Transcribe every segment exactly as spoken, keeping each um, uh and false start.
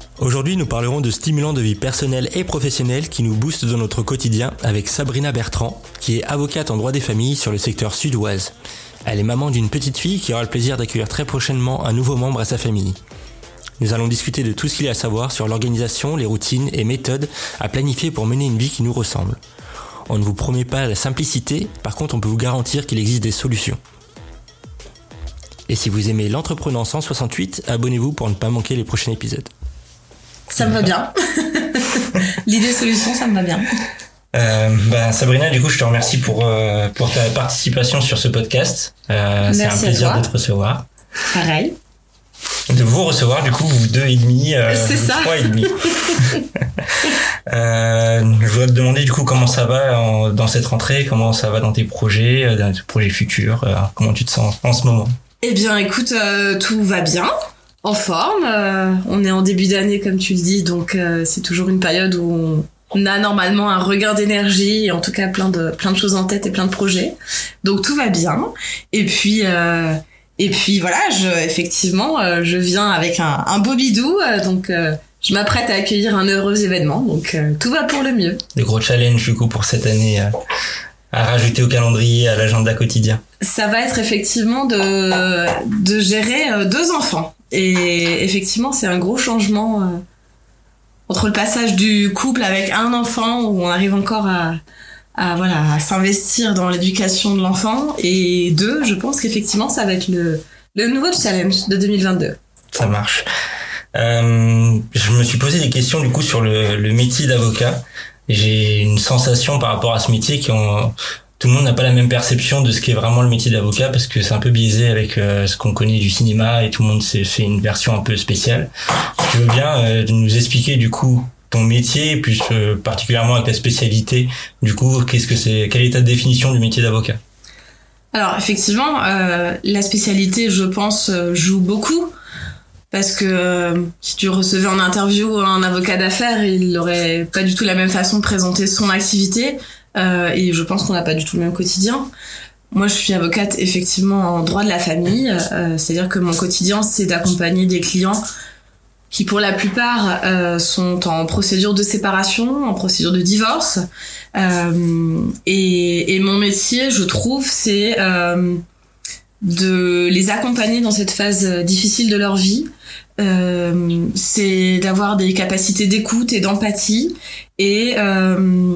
Aujourd'hui, nous parlerons de stimulants de vie personnelle et professionnelle qui nous boostent dans notre quotidien avec Sabrina Bertrand, qui est avocate en droit des familles sur le secteur sud-ouest. Elle est maman d'une petite fille qui aura le plaisir d'accueillir très prochainement un nouveau membre à sa famille. Nous allons discuter de tout ce qu'il y a à savoir sur l'organisation, les routines et méthodes à planifier pour mener une vie qui nous ressemble. On ne vous promet pas la simplicité, par contre on peut vous garantir qu'il existe des solutions. Et si vous aimez l'Entreprenant cent soixante-huit, abonnez-vous pour ne pas manquer les prochains épisodes. Ça me va bien. L'idée solution, ça me va bien. Euh, bah, Sabrina, du coup, je te remercie pour euh, pour ta participation sur ce podcast. Euh, c'est un plaisir de te recevoir. Pareil. De vous recevoir, du coup, vous deux et demi, euh, c'est vous ça. trois et demi. euh, je voudrais te demander, du coup, comment ça va en, dans cette rentrée, comment ça va dans tes projets, dans tes projets futurs, euh, comment tu te sens en ce moment? Eh bien, écoute, euh, tout va bien. En forme, euh, on est en début d'année comme tu le dis, donc euh, c'est toujours une période où on a normalement un regain d'énergie et en tout cas plein de plein de choses en tête et plein de projets. Donc tout va bien. Et puis euh, et puis voilà, je effectivement euh, je viens avec un, un beau bidou, euh, donc euh, je m'apprête à accueillir un heureux événement, donc euh, tout va pour le mieux. Des gros challenges du coup pour cette année. Euh... à rajouter au calendrier, à l'agenda quotidien? Ça va être effectivement de de gérer deux enfants. Et effectivement, c'est un gros changement euh, entre le passage du couple avec un enfant où on arrive encore à à voilà à s'investir dans l'éducation de l'enfant, et deux, je pense qu'effectivement ça va être le le nouveau challenge de deux mille vingt-deux. Ça marche. Euh, je me suis posé des questions du coup sur le le métier d'avocat. J'ai une sensation par rapport à ce métier qui ont, tout le monde n'a pas la même perception de ce qu'est vraiment le métier d'avocat, parce que c'est un peu biaisé avec euh, ce qu'on connaît du cinéma et tout le monde s'est fait une version un peu spéciale. Si tu veux bien euh, nous expliquer du coup ton métier, plus euh, particulièrement avec ta spécialité, du coup qu'est-ce que c'est, quelle est ta définition du métier d'avocat? Alors effectivement, euh, la spécialité, je pense, joue beaucoup. Parce que euh, si tu recevais en interview un avocat d'affaires, il n'aurait pas du tout la même façon de présenter son activité, euh, et je pense qu'on n'a pas du tout le même quotidien. Moi, je suis avocate effectivement en droit de la famille, euh, c'est-à-dire que mon quotidien, c'est d'accompagner des clients qui, pour la plupart, euh, sont en procédure de séparation, en procédure de divorce, euh, et, et mon métier, je trouve, c'est euh, de les accompagner dans cette phase difficile de leur vie. Euh, c'est d'avoir des capacités d'écoute et d'empathie, et euh,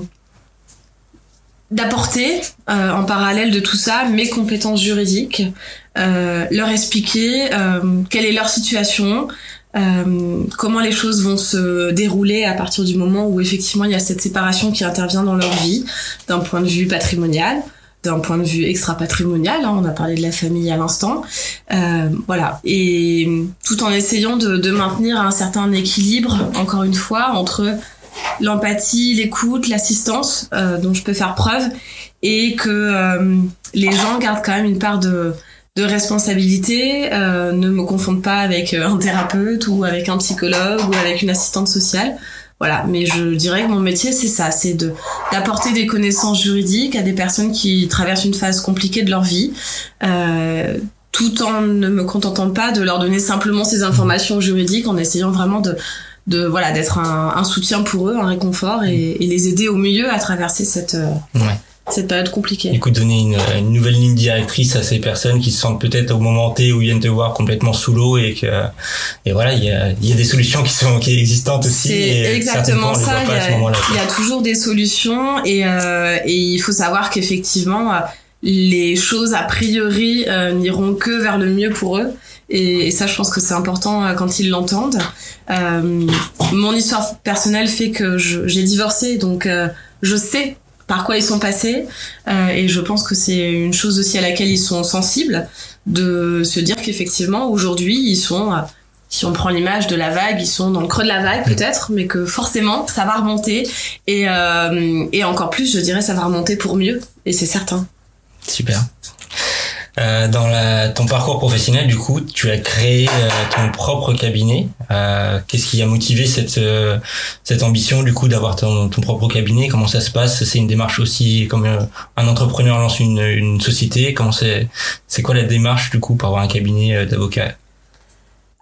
d'apporter euh, en parallèle de tout ça mes compétences juridiques, euh, leur expliquer euh, quelle est leur situation, euh, comment les choses vont se dérouler à partir du moment où effectivement il y a cette séparation qui intervient dans leur vie, d'un point de vue patrimonial, d'un point de vue extra-patrimonial, hein, on a parlé de la famille à l'instant, euh, voilà, et tout en essayant de, de maintenir un certain équilibre, encore une fois, entre l'empathie, l'écoute, l'assistance euh, dont je peux faire preuve, et que euh, les gens gardent quand même une part de, de responsabilité, euh, ne me confondent pas avec un thérapeute ou avec un psychologue ou avec une assistante sociale. Voilà, mais je dirais que mon métier, c'est ça, c'est de d'apporter des connaissances juridiques à des personnes qui traversent une phase compliquée de leur vie, euh, tout en ne me contentant pas de leur donner simplement ces informations juridiques, en essayant vraiment de de voilà d'être un, un soutien pour eux, un réconfort, et, et les aider au mieux à traverser cette euh, ouais. cette période compliquée. Écoute, donner une, une nouvelle ligne directrice à ces personnes qui se sentent peut-être au moment T où ils viennent te voir complètement sous l'eau, et que et voilà, il y a il y a des solutions qui sont qui existantes aussi. C'est et exactement ça. Il y, a, il y a toujours des solutions, et euh, et il faut savoir qu'effectivement les choses a priori euh, n'iront que vers le mieux pour eux. Et, et ça, je pense que c'est important euh, quand ils l'entendent. Euh, mon histoire personnelle fait que je, j'ai divorcé, donc euh, je sais par quoi ils sont passés, euh, et je pense que c'est une chose aussi à laquelle ils sont sensibles, de se dire qu'effectivement aujourd'hui ils sont, euh, si on prend l'image de la vague, ils sont dans le creux de la vague peut-être, mais que forcément ça va remonter, et, euh, et encore plus je dirais ça va remonter pour mieux, et c'est certain. Super. Euh, dans la, ton parcours professionnel, du coup, tu as créé euh, ton propre cabinet. Euh, qu'est-ce qui a motivé cette euh, cette ambition, du coup, d'avoir ton, ton propre cabinet? Comment ça se passe? C'est une démarche aussi comme euh, un entrepreneur lance une, une société. Comment c'est c'est quoi la démarche, du coup, pour avoir un cabinet euh, d'avocat?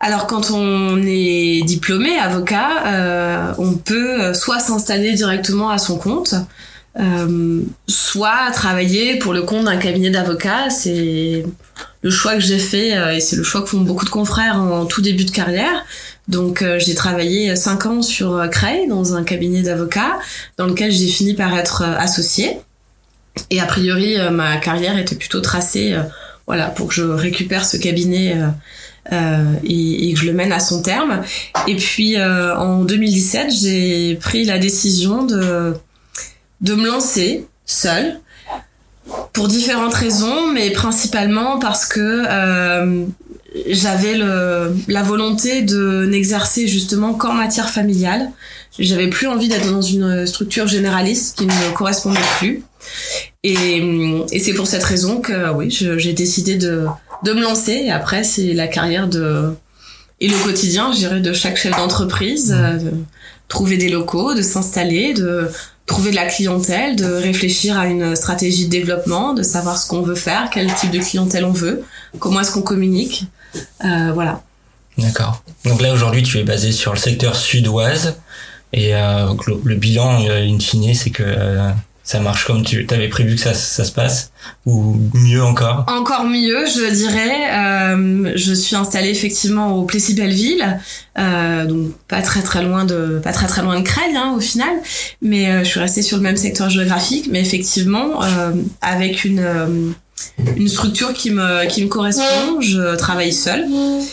Alors quand on est diplômé avocat, euh, on peut soit s'installer directement à son compte, euh, soit travailler pour le compte d'un cabinet d'avocats. C'est le choix que j'ai fait euh, et c'est le choix que font beaucoup de confrères en tout début de carrière. Donc euh, j'ai travaillé cinq ans sur euh, Creil dans un cabinet d'avocats dans lequel j'ai fini par être euh, associée. Et a priori euh, ma carrière était plutôt tracée euh, voilà pour que je récupère ce cabinet euh, euh, et, et que je le mène à son terme. Et puis euh, en deux mille dix-sept, j'ai pris la décision de de me lancer seule pour différentes raisons, mais principalement parce que euh, j'avais le, la volonté de n'exercer justement qu'en matière familiale. J'avais plus envie d'être dans une structure généraliste qui ne me correspondait plus. Et, et c'est pour cette raison que oui, je, j'ai décidé de, de me lancer. Et après, c'est la carrière de et le quotidien, je dirais, de chaque chef d'entreprise, mmh. de trouver des locaux, de s'installer, de trouver de la clientèle, de réfléchir à une stratégie de développement, de savoir ce qu'on veut faire, quel type de clientèle on veut, comment est-ce qu'on communique, euh, voilà. D'accord. Donc là aujourd'hui tu es basé sur le secteur sud-ouest et euh, le, le bilan euh, in fine c'est que euh, ça marche comme tu avais prévu que ça, ça se passe ou mieux encore? Encore mieux, je dirais. Euh, je suis installée effectivement au Plessis-Belleville, euh, donc pas très très loin de pas très très loin de Creil hein, au final, mais euh, je suis restée sur le même secteur géographique, mais effectivement euh, avec une euh, une structure qui me qui me correspond. Je travaille seule.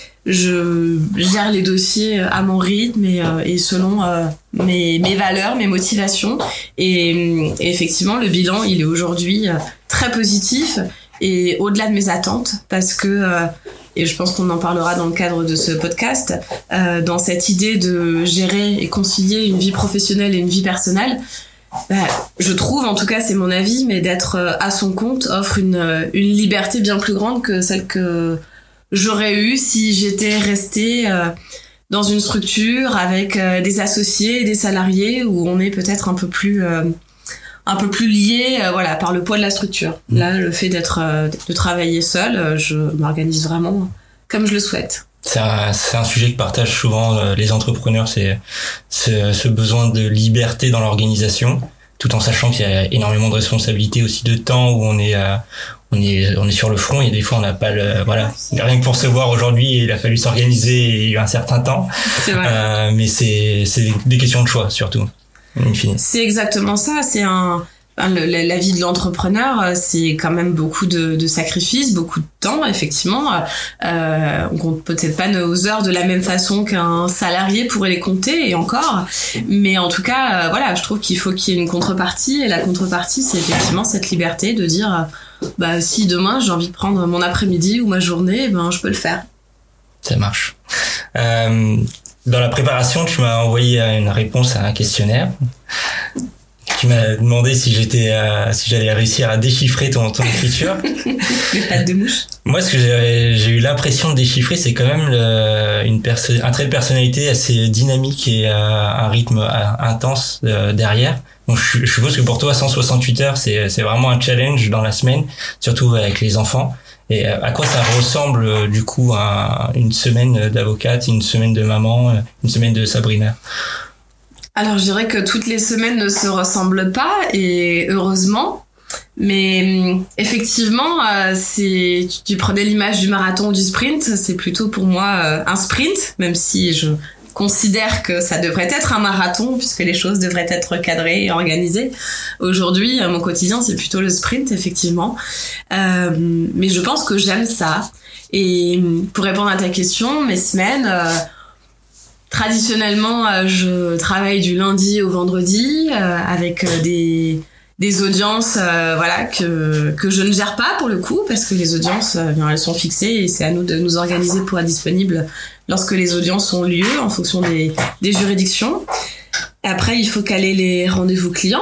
Je gère les dossiers à mon rythme et, euh, et selon euh, mes, mes valeurs, mes motivations. Et, et effectivement, le bilan, il est aujourd'hui très positif et au-delà de mes attentes parce que, euh, et je pense qu'on en parlera dans le cadre de ce podcast, euh, dans cette idée de gérer et concilier une vie professionnelle et une vie personnelle, bah, je trouve, en tout cas c'est mon avis, mais d'être à son compte offre une, une liberté bien plus grande que celle que j'aurais eu si j'étais restée euh, dans une structure avec euh, des associés et des salariés où on est peut-être un peu plus euh, un peu plus lié euh, voilà par le poids de la structure. Mmh. Là, le fait d'être euh, de travailler seul, euh, je m'organise vraiment comme je le souhaite. C'est un, c'est un sujet que partagent souvent euh, les entrepreneurs, c'est, c'est ce besoin de liberté dans l'organisation, tout en sachant qu'il y a énormément de responsabilités aussi de temps où on est euh, on est on est sur le front et des fois on n'a pas le voilà rien que pour se voir aujourd'hui il a fallu s'organiser il y a eu un certain temps. C'est vrai. Euh, mais c'est c'est des questions de choix surtout. In fine. C'est exactement ça. C'est un Le, la, la vie de l'entrepreneur, c'est quand même beaucoup de, de sacrifices, beaucoup de temps, effectivement. Euh, on compte peut-être pas nos heures de la même façon qu'un salarié pourrait les compter, et encore. Mais en tout cas, euh, voilà, je trouve qu'il faut qu'il y ait une contrepartie, et la contrepartie, c'est effectivement cette liberté de dire, bah, si demain j'ai envie de prendre mon après-midi ou ma journée, ben, je peux le faire. Ça marche. Euh, dans la préparation, tu m'as envoyé une réponse à un questionnaire. Tu m'as demandé si j'étais, euh, si j'allais réussir à déchiffrer ton, ton écriture. Les pattes de mouche. Moi, ce que j'ai, j'ai eu l'impression de déchiffrer, c'est quand même le, une perso- un trait de personnalité assez dynamique et euh, un rythme euh, intense euh, derrière. Donc, je, je suppose que pour toi, cent soixante-huit heures, c'est, c'est vraiment un challenge dans la semaine, surtout avec les enfants. Et euh, à quoi ça ressemble, euh, du coup, un, une semaine d'avocate, une semaine de maman, une semaine de Sabrina? Alors, je dirais que toutes les semaines ne se ressemblent pas, et heureusement. Mais effectivement, euh, c'est tu, tu prenais l'image du marathon ou du sprint, c'est plutôt pour moi euh, un sprint, même si je considère que ça devrait être un marathon, puisque les choses devraient être cadrées et organisées. Aujourd'hui, euh, mon quotidien, c'est plutôt le sprint, effectivement. Euh, mais je pense que j'aime ça. Et pour répondre à ta question, mes semaines... Euh, Traditionnellement, euh, je travaille du lundi au vendredi euh, avec euh, des des audiences, euh, voilà que que je ne gère pas pour le coup parce que les audiences, euh, bien, elles sont fixées et c'est à nous de nous organiser pour être disponibles lorsque les audiences ont lieu en fonction des des juridictions. Après, il faut caler les rendez-vous clients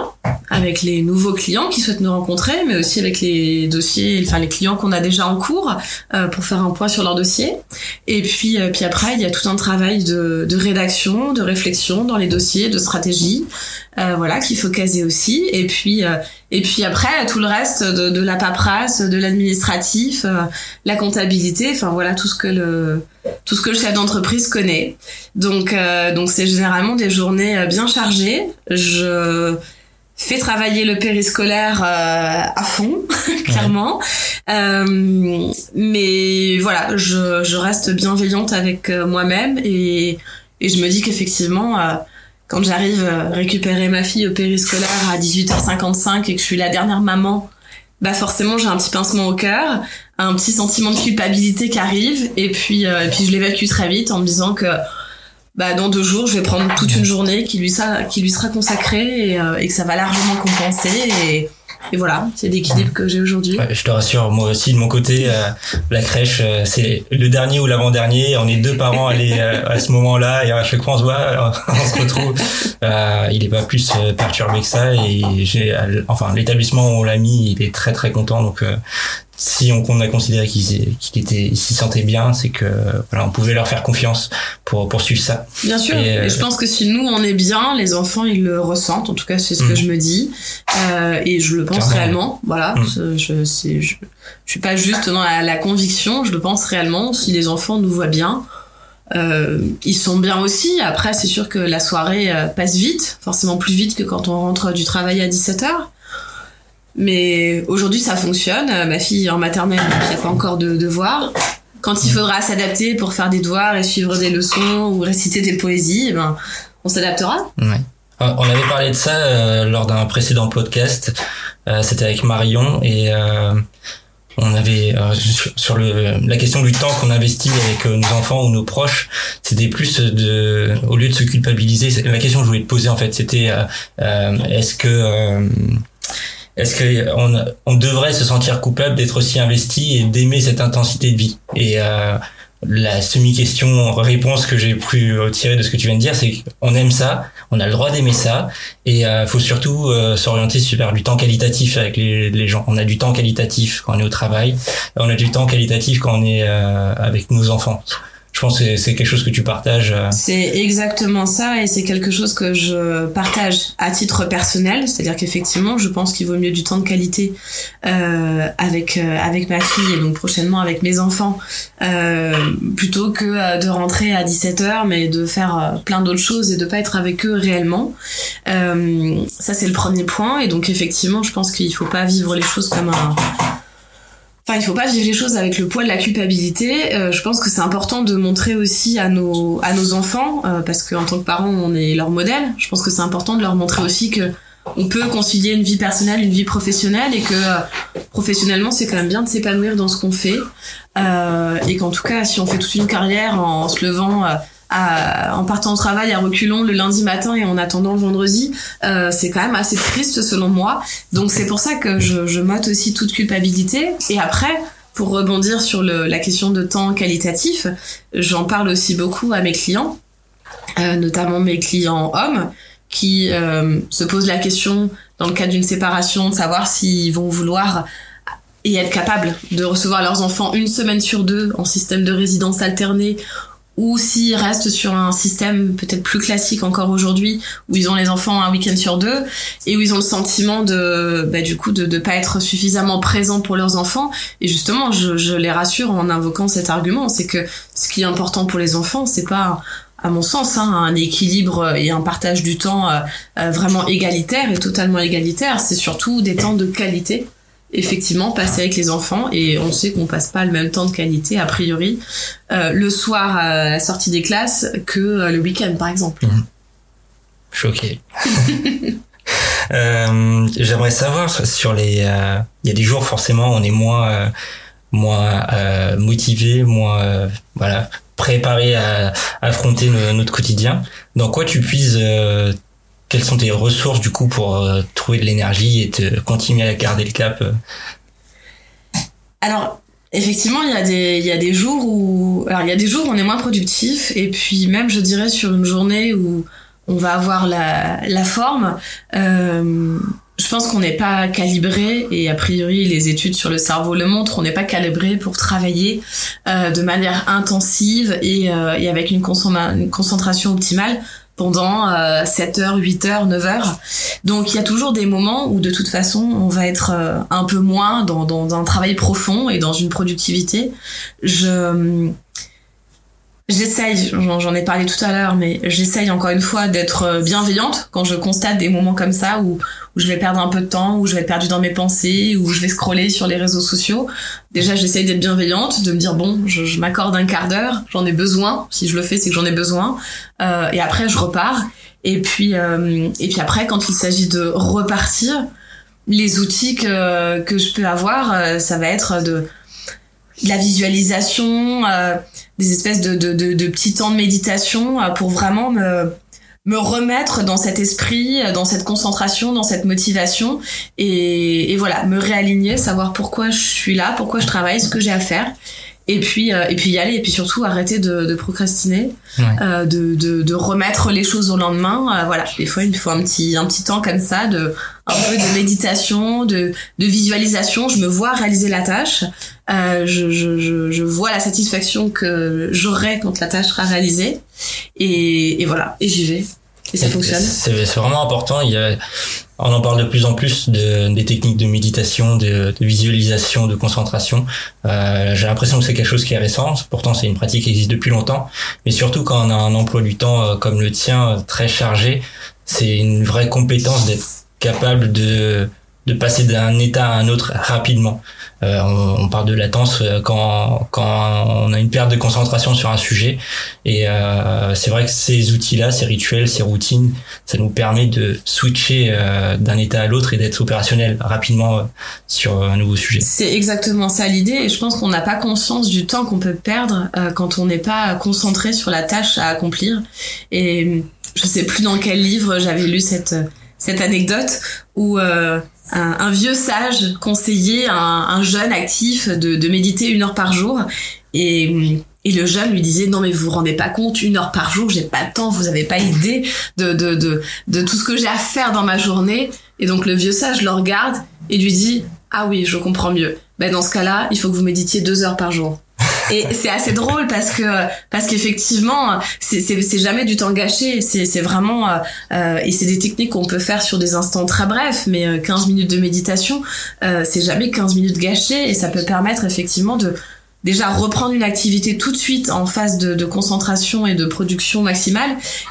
avec les nouveaux clients qui souhaitent nous rencontrer, mais aussi avec les dossiers, enfin les clients qu'on a déjà en cours euh, pour faire un point sur leur dossier. Et puis, euh, puis après, il y a tout un travail de, de rédaction, de réflexion dans les dossiers, de stratégie, euh, voilà, qu'il faut caser aussi. Et puis, euh, et puis après, tout le reste de, de la paperasse, de l'administratif, euh, la comptabilité, enfin voilà, tout ce que le tout ce que le chef d'entreprise connaît. Donc, euh, donc c'est généralement des journées bien chargées. Je fais travailler le périscolaire euh, à fond, clairement. Ouais. Euh, mais voilà, je, je reste bienveillante avec euh, moi-même et, et je me dis qu'effectivement, euh, quand j'arrive à récupérer ma fille au périscolaire à dix-huit heures cinquante-cinq et que je suis la dernière maman, bah forcément j'ai un petit pincement au cœur, un petit sentiment de culpabilité qui arrive et puis euh, et puis je l'évacue très vite en me disant que bah dans deux jours je vais prendre toute une journée qui lui sera qui lui sera consacrée et, euh, et que ça va largement compenser et et voilà, c'est l'équilibre que j'ai aujourd'hui. Ouais, je te rassure, moi aussi de mon côté, euh, la crèche, euh, c'est le dernier ou l'avant-dernier. On est deux parents allés euh, à ce moment-là et à chaque fois on se voit, on se retrouve. Euh, il est pas plus euh, perturbé que ça et j'ai, enfin l'établissement où on l'a mis, il est très très content. Donc euh, si on, on a considéré qu'il, qu'il était, il s'y sentait bien, c'est que voilà, on pouvait leur faire confiance pour poursuivre ça. Bien sûr. Et, euh, et je pense que si nous on est bien, les enfants ils le ressentent. En tout cas, c'est ce mmh. que je me dis. Euh, et je le pense Clairement. réellement. Voilà. Mmh. Je, c'est, je, je suis pas juste dans la, la conviction. Je le pense réellement. Si les enfants nous voient bien, euh, ils sont bien aussi. Après, c'est sûr que la soirée euh, passe vite, forcément plus vite que quand on rentre du travail à dix-sept heures. Mais aujourd'hui, ça fonctionne. Ma fille est en maternelle, donc il n'y a pas encore de devoirs. Quand il faudra s'adapter pour faire des devoirs et suivre des leçons ou réciter des poésies, eh ben, on s'adaptera. Ouais. On avait parlé de ça euh, lors d'un précédent podcast. Euh, c'était avec Marion et euh, on avait euh, sur, sur le la question du temps qu'on investit avec euh, nos enfants ou nos proches. C'était plus de, au lieu de se culpabiliser. La question que je voulais te poser en fait, c'était euh, euh, est-ce que euh, Est-ce que on, on devrait se sentir coupable d'être aussi investi et d'aimer cette intensité de vie? Et euh, la semi-question réponse que j'ai pu tirer de ce que tu viens de dire, c'est qu'on aime ça, on a le droit d'aimer ça, et euh, faut surtout euh, s'orienter vers du temps qualitatif avec les, les gens. On a du temps qualitatif quand on est au travail, on a du temps qualitatif quand on est euh, avec nos enfants. Je pense que c'est, c'est quelque chose que tu partages. C'est exactement ça et c'est quelque chose que je partage à titre personnel. C'est-à-dire qu'effectivement, je pense qu'il vaut mieux du temps de qualité euh, avec euh, avec ma fille et donc prochainement avec mes enfants euh, plutôt que euh, de rentrer à dix-sept heures mais de faire euh, plein d'autres choses et de pas être avec eux réellement. Euh, ça, c'est le premier point. Et donc, effectivement, je pense qu'il faut pas vivre les choses comme un... Enfin, il faut pas vivre les choses avec le poids de la culpabilité. Euh, je pense que c'est important de montrer aussi à nos à nos enfants, euh, parce qu'en tant que parents, on est leur modèle. Je pense que c'est important de leur montrer aussi que on peut concilier une vie personnelle, une vie professionnelle, et que euh, professionnellement, c'est quand même bien de s'épanouir dans ce qu'on fait. Euh, et qu'en tout cas, si on fait toute une carrière en se levant euh, À, en partant au travail à reculons le lundi matin et en attendant le vendredi, euh, c'est quand même assez triste selon moi. Donc c'est pour ça que je, je m'ôte aussi toute culpabilité. Et après, pour rebondir sur le, la question de temps qualitatif, j'en parle aussi beaucoup à mes clients, euh, notamment mes clients hommes, qui euh, se posent la question dans le cadre d'une séparation de savoir s'ils vont vouloir et être capables de recevoir leurs enfants une semaine sur deux en système de résidence alternée, ou s'ils restent sur un système peut-être plus classique encore aujourd'hui, où ils ont les enfants un week-end sur deux, et où ils ont le sentiment de, bah, du coup, de ne pas être suffisamment présents pour leurs enfants. Et justement, je, je les rassure en invoquant cet argument, c'est que ce qui est important pour les enfants, c'est pas, à mon sens, hein, un équilibre et un partage du temps euh, vraiment égalitaire et totalement égalitaire, c'est surtout des temps de qualité. Effectivement, passer avec les enfants, et on sait qu'on passe pas le même temps de qualité a priori euh, le soir à la sortie des classes que euh, le week-end par exemple. Mmh. Choqué. euh, j'aimerais savoir sur les il euh, y a des jours forcément on est moins euh, moins euh, motivé, moins euh, voilà préparé à, à affronter le, notre quotidien. Dans quoi tu puises euh, quelles sont tes ressources du coup pour euh, trouver de l'énergie et te continuer à garder le cap? Alors effectivement, il y a des il y a des jours où alors il y a des jours où on est moins productif, et puis même je dirais sur une journée où on va avoir la la forme, euh, je pense qu'on n'est pas calibré, et a priori les études sur le cerveau le montrent, on n'est pas calibré pour travailler euh, de manière intensive et, euh, et avec une, consomma- une concentration optimale pendant euh, sept heures, huit heures, neuf heures. Donc il y a toujours des moments où de toute façon on va être euh, un peu moins dans, dans un travail profond et dans une productivité. Je... J'essaye, j'en, j'en ai parlé tout à l'heure, mais j'essaye encore une fois d'être bienveillante quand je constate des moments comme ça où, où je vais perdre un peu de temps, où je vais être perdue dans mes pensées, où je vais scroller sur les réseaux sociaux. Déjà, j'essaye d'être bienveillante, de me dire bon, je, je m'accorde un quart d'heure, j'en ai besoin. Si je le fais, c'est que j'en ai besoin. Euh, et après, je repars. Et puis, euh, et puis après, quand il s'agit de repartir, les outils que que je peux avoir, ça va être de, de la visualisation. Euh, des espèces de, de, de, de petits temps de méditation pour vraiment me, me remettre dans cet esprit, dans cette concentration, dans cette motivation et, et voilà, me réaligner, savoir pourquoi je suis là, pourquoi je travaille, ce que j'ai à faire et puis, euh, et puis y aller et puis surtout arrêter de, de procrastiner, ouais. euh, de, de, de remettre les choses au lendemain. Euh, voilà, des fois il faut un petit, un petit temps comme ça, de, un peu de méditation, de, de visualisation. Je me vois réaliser la tâche. Euh, je, je, je, je vois la satisfaction que j'aurai quand la tâche sera réalisée et, et voilà, et j'y vais et ça fonctionne. C'est, c'est vraiment important. Il y a, on en parle de plus en plus de, des techniques de méditation, de, de visualisation, de concentration. Euh, j'ai l'impression que c'est quelque chose qui est récent. Pourtant, c'est une pratique qui existe depuis longtemps. Mais surtout quand on a un emploi du temps comme le tien, très chargé, c'est une vraie compétence d'être capable de de passer d'un état à un autre rapidement. Euh, on, on parle de latence quand quand on a une perte de concentration sur un sujet et euh, c'est vrai que ces outils-là, ces rituels, ces routines, ça nous permet de switcher euh, d'un état à l'autre et d'être opérationnel rapidement euh, sur un nouveau sujet. C'est exactement ça l'idée et je pense qu'on n'a pas conscience du temps qu'on peut perdre euh, quand on n'est pas concentré sur la tâche à accomplir. Et je sais plus dans quel livre j'avais lu cette cette anecdote où euh, un, un vieux sage conseillait un, un jeune actif de, de méditer une heure par jour et, et le jeune lui disait non mais vous vous rendez pas compte, une heure par jour j'ai pas de temps, vous avez pas idée de, de, de, de tout ce que j'ai à faire dans ma journée. Et donc le vieux sage le regarde et lui dit ah oui je comprends mieux, ben dans ce cas-là il faut que vous méditiez deux heures par jour. Et c'est assez drôle parce que parce qu'effectivement c'est c'est c'est jamais du temps gâché, c'est c'est vraiment euh, et c'est des techniques qu'on peut faire sur des instants très brefs, mais quinze minutes de méditation euh, c'est jamais quinze minutes gâchées et ça peut permettre effectivement de déjà reprendre une activité tout de suite en phase de, de concentration et de production maximale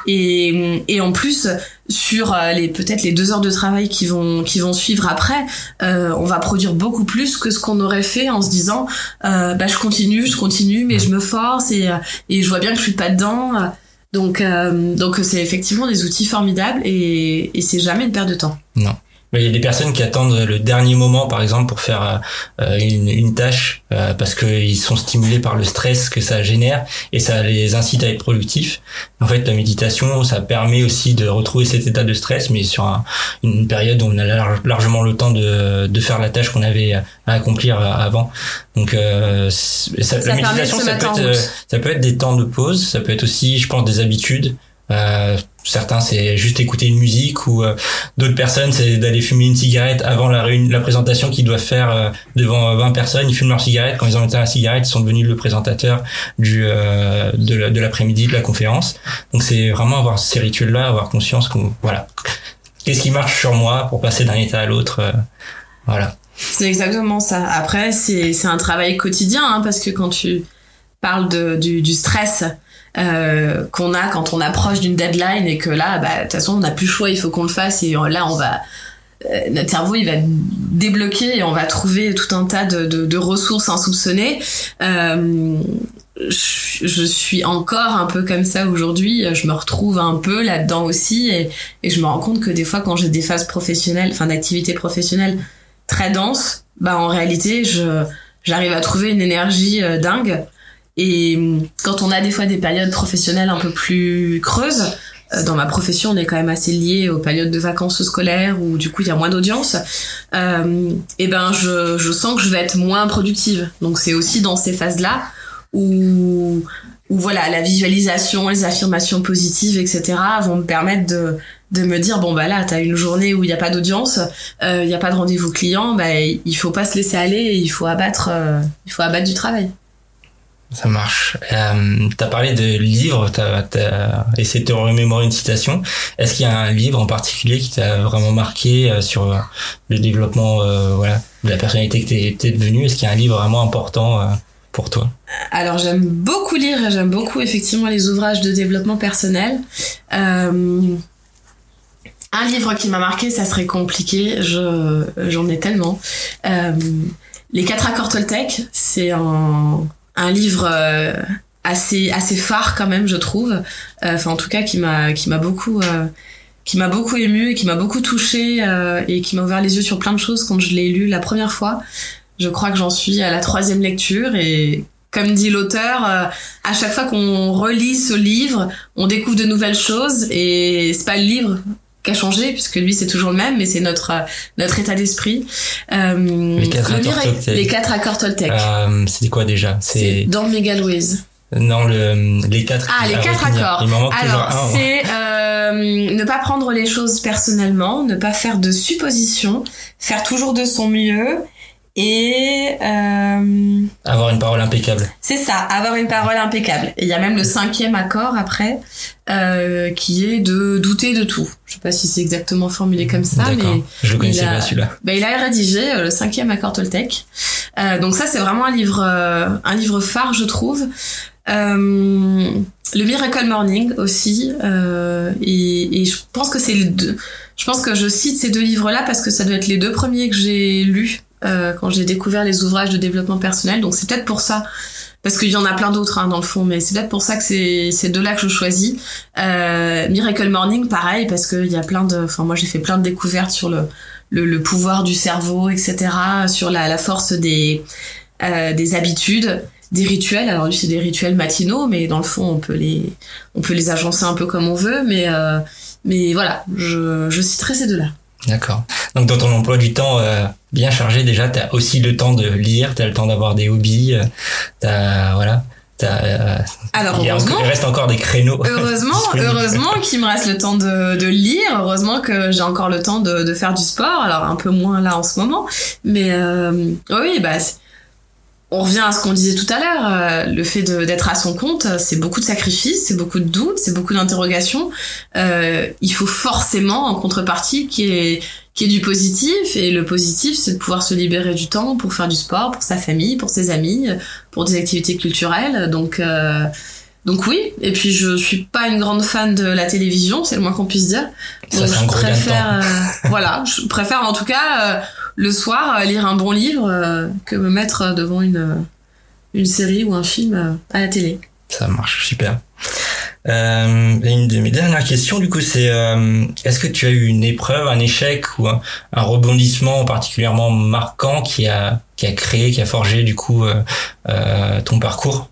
et et en plus sur les peut-être les deux heures de travail qui vont qui vont suivre après, euh, on va produire beaucoup plus que ce qu'on aurait fait en se disant euh, bah je continue, je continue mais je me force et et je vois bien que je suis pas dedans. Donc euh, donc c'est effectivement des outils formidables et et c'est jamais une perte de temps. Non. Il y a des personnes qui attendent le dernier moment, par exemple, pour faire euh, une, une tâche euh, parce qu'ils sont stimulés par le stress que ça génère et ça les incite à être productifs. En fait, la méditation, ça permet aussi de retrouver cet état de stress, mais sur un, une période où on a large, largement le temps de, de faire la tâche qu'on avait à accomplir avant. Donc, euh, ça, ça la méditation, ça peut, être, ça peut être des temps de pause, ça peut être aussi, je pense, des habitudes. Euh, certains c'est juste écouter une musique ou euh, d'autres personnes c'est d'aller fumer une cigarette avant la, réun- la présentation qu'ils doivent faire euh, devant vingt personnes. Ils fument leur cigarette, quand ils ont éteint la cigarette ils sont devenus le présentateur du euh, de, la, de l'après-midi de la conférence. Donc c'est vraiment avoir ces rituels là, avoir conscience qu'on voilà qu'est-ce qui marche sur moi pour passer d'un état à l'autre, euh, voilà. C'est exactement ça. Après c'est c'est un travail quotidien hein, parce que quand tu parles de du, du stress Euh, qu'on a quand on approche d'une deadline et que là, bah, de toute façon, on n'a plus le choix, il faut qu'on le fasse et là, on va, euh, notre cerveau, il va débloquer et on va trouver tout un tas de, de, de ressources insoupçonnées. Euh, je, je suis encore un peu comme ça aujourd'hui, je me retrouve un peu là-dedans aussi et, et je me rends compte que des fois, quand j'ai des phases professionnelles, enfin d'activités professionnelles très denses, bah en réalité, je, j'arrive à trouver une énergie euh, dingue. Et quand on a des fois des périodes professionnelles un peu plus creuses, euh, dans ma profession on est quand même assez lié aux périodes de vacances scolaires où du coup il y a moins d'audience, euh, et ben je, je sens que je vais être moins productive. Donc c'est aussi dans ces phases-là où, où voilà, la visualisation, les affirmations positives, et cetera vont me permettre de, de me dire bon bah là t'as une journée où il y a pas d'audience, il euh, y a pas de rendez-vous client, bah il faut pas se laisser aller, et il faut abattre, euh, il faut abattre du travail. Ça marche. Euh, t'as parlé de livres, t'as, t'as essayé de te remémorer une citation. Est-ce qu'il y a un livre en particulier qui t'a vraiment marqué euh, sur euh, le développement, euh, voilà, de la personnalité que t'es, t'es devenue? Est-ce qu'il y a un livre vraiment important euh, pour toi? Alors j'aime beaucoup lire, et j'aime beaucoup effectivement les ouvrages de développement personnel. Euh, un livre qui m'a marqué, ça serait compliqué, je, j'en ai tellement. Euh, les quatre accords Toltec, c'est un un livre euh, assez assez phare quand même, je trouve, enfin euh, en tout cas qui m'a qui m'a beaucoup euh, qui m'a beaucoup ému et qui m'a beaucoup touchée, euh, et qui m'a ouvert les yeux sur plein de choses quand je l'ai lu la première fois. Je crois que j'en suis à la troisième lecture, et comme dit l'auteur, euh, à chaque fois qu'on relit ce livre, on découvre de nouvelles choses, et c'est pas le livre qui a changé, puisque lui c'est toujours le même, mais c'est notre notre état d'esprit. Euh, les quatre accords Toltec. Les quatre accords Toltec. Euh, c'était quoi déjà? C'est, c'est dans Mega Louise. Non, le les quatre. Ah, les quatre accords. Il m'en manque Alors, toujours un. c'est euh, ne pas prendre les choses personnellement, ne pas faire de suppositions, faire toujours de son mieux. Et euh... avoir une parole impeccable. C'est ça, avoir une parole impeccable. Et il y a même le cinquième accord après, euh, qui est de douter de tout. Je sais pas si c'est exactement formulé comme ça, D'accord. mais je le connaissais a, pas celui-là. Bah, il a rédigé euh, le cinquième accord Toltec. Euh, donc ça, c'est vraiment un livre, euh, un livre phare, je trouve. Euh, le Miracle Morning aussi, euh, et, et je pense que c'est les deux. Je pense que je cite ces deux livres-là parce que ça doit être les deux premiers que j'ai lus. Euh, quand j'ai découvert les ouvrages de développement personnel, donc c'est peut-être pour ça, parce qu'il y en a plein d'autres hein, dans le fond, mais c'est peut-être pour ça que c'est ces deux-là que je choisis. Euh, Miracle Morning, pareil, parce que il y a plein de, enfin moi j'ai fait plein de découvertes sur le le, le pouvoir du cerveau, et cetera, sur la, la force des euh, des habitudes, des rituels. Alors lui c'est des rituels matinaux, mais dans le fond on peut les on peut les agencer un peu comme on veut, mais euh, mais voilà, je je citerai ces deux-là. D'accord. Donc dans ton emploi du temps euh, bien chargé, déjà t'as aussi le temps de lire, t'as le temps d'avoir des hobbies, euh, t'as voilà, t'as. Euh, Alors il, heureusement, il reste encore des créneaux. Heureusement, heureusement qu'il me reste le temps de, de lire. Heureusement que j'ai encore le temps de, de faire du sport. Alors un peu moins là en ce moment, mais euh, oui, bah. On revient à ce qu'on disait tout à l'heure, euh, le fait de, d'être à son compte, c'est beaucoup de sacrifices, c'est beaucoup de doutes, c'est beaucoup d'interrogations. Euh, il faut forcément, en contrepartie, qu'il y ait, qu'il y ait du positif, et le positif, c'est de pouvoir se libérer du temps pour faire du sport, pour sa famille, pour ses amis, pour des activités culturelles. Donc, euh, donc oui. Et puis je suis pas une grande fan de la télévision, c'est le moins qu'on puisse dire. Ça, donc c'est je un gros préfère, euh, voilà, je préfère en tout cas. Euh, le soir, lire un bon livre euh, que me mettre devant une, une série ou un film euh, à la télé. Ça marche, super. Euh, et une de mes dernières questions, du coup, c'est euh, est-ce que tu as eu une épreuve, un échec ou un, un rebondissement particulièrement marquant qui a, qui a créé, qui a forgé, du coup, euh, euh, ton parcours?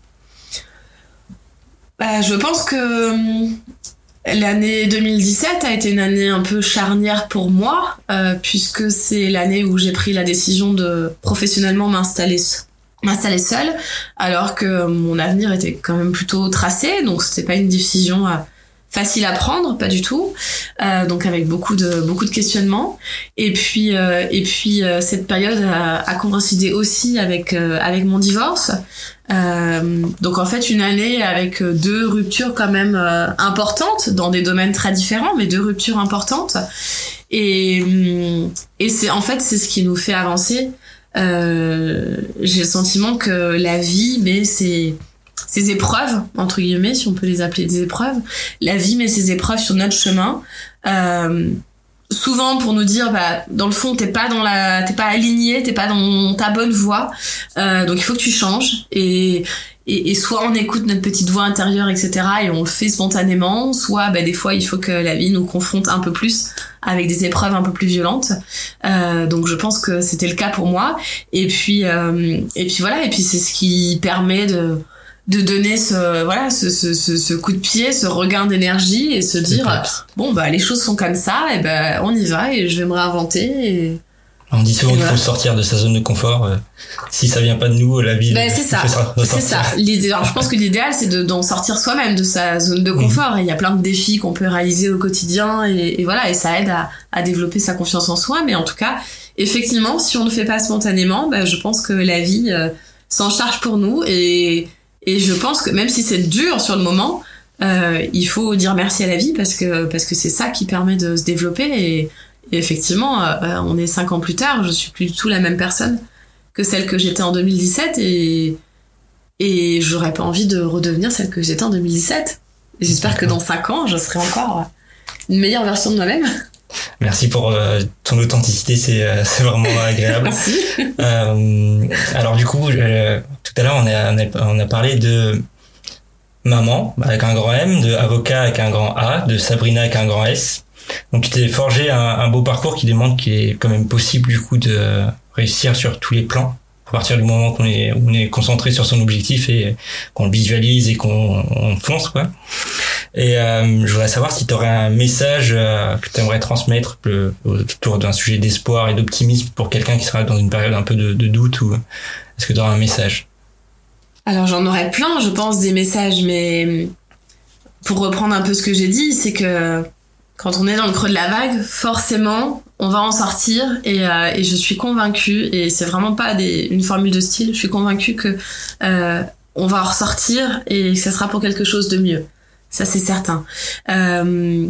Bah, je pense que... Hum, l'année deux mille dix-sept a été une année un peu charnière pour moi, euh, puisque c'est l'année où j'ai pris la décision de professionnellement m'installer m'installer seule, alors que mon avenir était quand même plutôt tracé, donc c'était pas une décision euh, facile à prendre, pas du tout, euh, donc avec beaucoup de beaucoup de questionnements. Et puis euh, et puis euh, cette période a, a coïncidé aussi avec euh, avec mon divorce. Euh, donc en fait une année avec deux ruptures quand même euh, importantes dans des domaines très différents, mais deux ruptures importantes, et et c'est en fait c'est ce qui nous fait avancer. Euh, j'ai le sentiment que la vie met ses ses épreuves, entre guillemets, si on peut les appeler des épreuves, la vie met ses épreuves sur notre chemin, euh, souvent pour nous dire bah dans le fond t'es pas dans la t'es pas aligné, t'es pas dans ta bonne voie, euh, donc il faut que tu changes, et et, et soit on écoute notre petite voix intérieure, etc., et on le fait spontanément, soit bah des fois il faut que la vie nous confronte un peu plus avec des épreuves un peu plus violentes. Euh, donc je pense que c'était le cas pour moi, et puis euh, et puis voilà, et puis c'est ce qui permet de de donner ce voilà ce, ce ce ce coup de pied, ce regain d'énergie, et se dire bon bah les choses sont comme ça, et ben on y va, et je vais me réinventer, et On dit souvent et qu'il voilà. faut sortir de sa zone de confort. Euh, si ça vient pas de nous, la vie. Ben, c'est ça. C'est ça. L'idée, alors, je pense que l'idéal, c'est de, d'en sortir soi-même de sa zone de confort. Mmh. Et il y a plein de défis qu'on peut réaliser au quotidien et, et voilà, et ça aide à, à développer sa confiance en soi. Mais en tout cas, effectivement, si on ne le fait pas spontanément, ben, je pense que la vie euh, s'en charge pour nous et, et je pense que même si c'est dur sur le moment, euh, il faut dire merci à la vie parce que, parce que c'est ça qui permet de se développer et, et effectivement, euh, on est cinq ans plus tard, je suis plus du tout la même personne que celle que j'étais en deux mille dix-sept et, et j'aurais pas envie de redevenir celle que j'étais en deux mille dix-sept. Et j'espère que dans cinq ans, je serai encore une meilleure version de moi-même. Merci pour euh, ton authenticité, c'est, euh, c'est vraiment agréable. Merci. Euh, alors du coup, euh, tout à l'heure, on a, on, a, on a parlé de maman avec un grand M, de avocat avec un grand A, de Sabrina avec un grand S. Donc tu t'es forgé un, un beau parcours qui démontre qu'il est quand même possible du coup de réussir sur tous les plans à partir du moment qu'on est on est concentré sur son objectif et qu'on le visualise et qu'on on fonce quoi. Et euh, je voudrais savoir si tu aurais un message euh, que tu aimerais transmettre euh, autour d'un sujet d'espoir et d'optimisme pour quelqu'un qui sera dans une période un peu de, de doute, ou est-ce que tu auras un message? Alors j'en aurais plein, je pense, des messages, mais pour reprendre un peu ce que j'ai dit, c'est que quand on est dans le creux de la vague, forcément, on va en sortir et, euh, et je suis convaincue, et c'est vraiment pas des, une formule de style, je suis convaincue que euh, on va en ressortir et que ça sera pour quelque chose de mieux. Ça, c'est certain. Euh,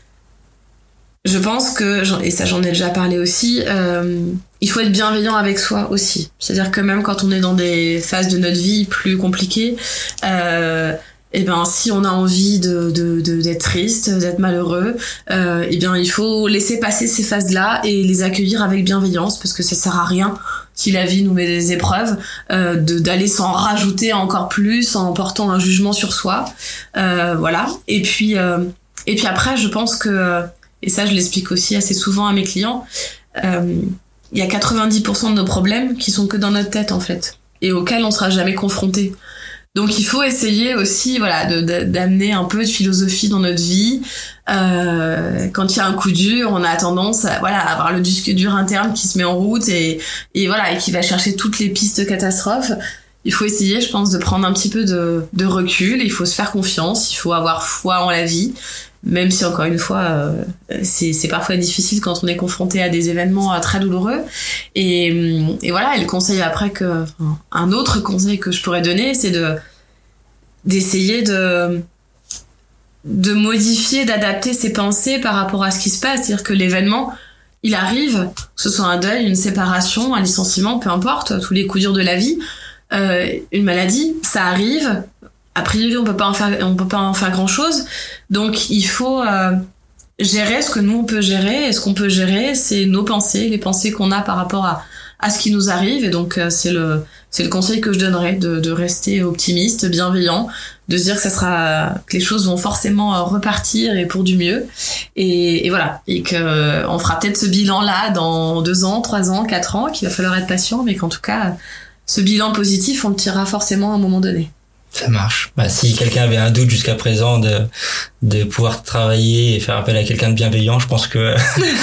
je pense que, et ça j'en ai déjà parlé aussi, euh, il faut être bienveillant avec soi aussi. C'est-à-dire que même quand on est dans des phases de notre vie plus compliquées, euh, et ben si on a envie de, de, de d'être triste, d'être malheureux, euh, et bien il faut laisser passer ces phases-là et les accueillir avec bienveillance, parce que ça sert à rien si la vie nous met des épreuves euh, de d'aller s'en rajouter encore plus en portant un jugement sur soi. Euh, voilà. Et puis euh, et puis après, je pense que, et ça je l'explique aussi assez souvent à mes clients, euh, il y a quatre-vingt-dix pour cent de nos problèmes qui sont que dans notre tête en fait, et auxquels on sera jamais confronté. Donc il faut essayer aussi, voilà, de, de, d'amener un peu de philosophie dans notre vie. Euh, quand il y a un coup dur, on a tendance à, voilà, à avoir le disque dur interne qui se met en route et, et voilà, et qui va chercher toutes les pistes catastrophes. Il faut essayer, je pense, de prendre un petit peu de, de recul. Il faut se faire confiance. Il faut avoir foi en la vie, même si encore une fois, euh, c'est, c'est parfois difficile quand on est confronté à des événements euh, très douloureux. Et, et voilà. Et le conseil après que, enfin, un autre conseil que je pourrais donner, c'est de d'essayer de de modifier, d'adapter ses pensées par rapport à ce qui se passe. C'est-à-dire que l'événement, il arrive, que ce soit un deuil, une séparation, un licenciement, peu importe, tous les coups durs de la vie, euh, une maladie, ça arrive. A priori, on peut pas en faire, on peut pas en faire grand chose. Donc, il faut euh, gérer ce que nous on peut gérer. Et ce qu'on peut gérer, c'est nos pensées, les pensées qu'on a par rapport à à ce qui nous arrive. Et donc, euh, c'est le c'est le conseil que je donnerais, de de rester optimiste, bienveillant, de se dire que ça sera, que les choses vont forcément repartir et pour du mieux. Et, et voilà, et que on fera peut-être ce bilan-là dans deux ans, trois ans, quatre ans, qu'il va falloir être patient, mais qu'en tout cas, ce bilan positif, on le tirera forcément à un moment donné. Ça marche. Bah, si quelqu'un avait un doute jusqu'à présent de de pouvoir travailler et faire appel à quelqu'un de bienveillant, je pense que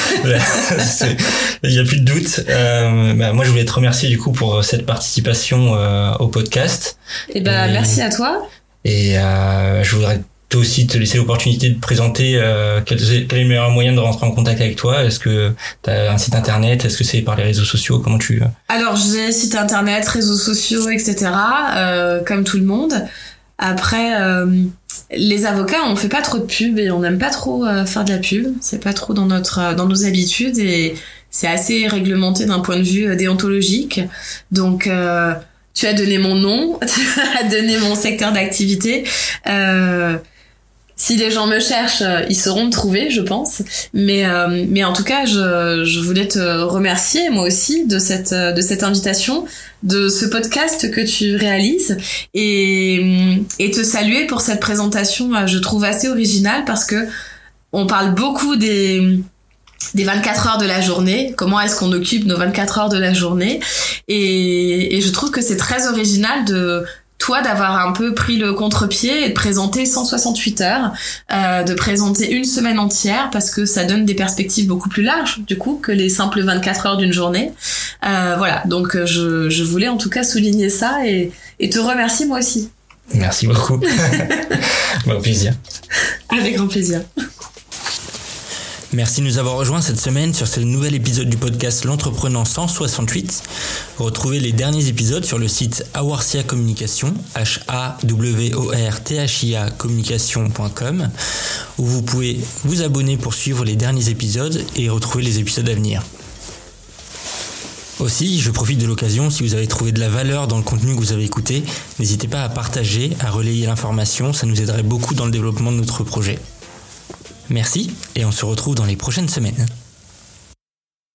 il y a plus de doute. Euh, bah, moi, je voulais te remercier du coup pour cette participation euh, au podcast. Et ben, et, merci à toi. Et euh, je voudrais toi aussi te laisser l'opportunité de présenter euh, quel, quel est le meilleur moyen de rentrer en contact avec toi. Est-ce que tu as un site internet? Est-ce que c'est par les réseaux sociaux? Comment tu... Alors, j'ai site internet, réseaux sociaux, et cetera. Euh, comme tout le monde. Après, euh, les avocats, on fait pas trop de pub et on n'aime pas trop euh, faire de la pub. C'est pas trop dans notre dans nos habitudes et c'est assez réglementé d'un point de vue déontologique. Donc euh, tu as donné mon nom, tu as donné mon secteur d'activité. Euh, si les gens me cherchent, ils sauront me trouver, je pense. Mais euh, mais en tout cas, je je voulais te remercier moi aussi de cette de cette invitation, de ce podcast que tu réalises et et te saluer pour cette présentation, je trouve assez originale parce que on parle beaucoup des des vingt-quatre heures de la journée, comment est-ce qu'on occupe nos vingt-quatre heures de la journée et et je trouve que c'est très original de toi d'avoir un peu pris le contre-pied et de présenter cent soixante-huit heures, euh, de présenter une semaine entière, parce que ça donne des perspectives beaucoup plus larges du coup que les simples vingt-quatre heures d'une journée. Euh, voilà, donc je, je voulais en tout cas souligner ça et, et te remercier moi aussi. Merci beaucoup. Bon plaisir. Avec grand plaisir. Merci de nous avoir rejoints cette semaine sur ce nouvel épisode du podcast L'Entreprenant cent soixante-huit. Retrouvez les derniers épisodes sur le site Haworthia Communication, H A W O R T H I A communication point com, où vous pouvez vous abonner pour suivre les derniers épisodes et retrouver les épisodes à venir. Aussi, je profite de l'occasion, si vous avez trouvé de la valeur dans le contenu que vous avez écouté, n'hésitez pas à partager, à relayer l'information, ça nous aiderait beaucoup dans le développement de notre projet. Merci et on se retrouve dans les prochaines semaines.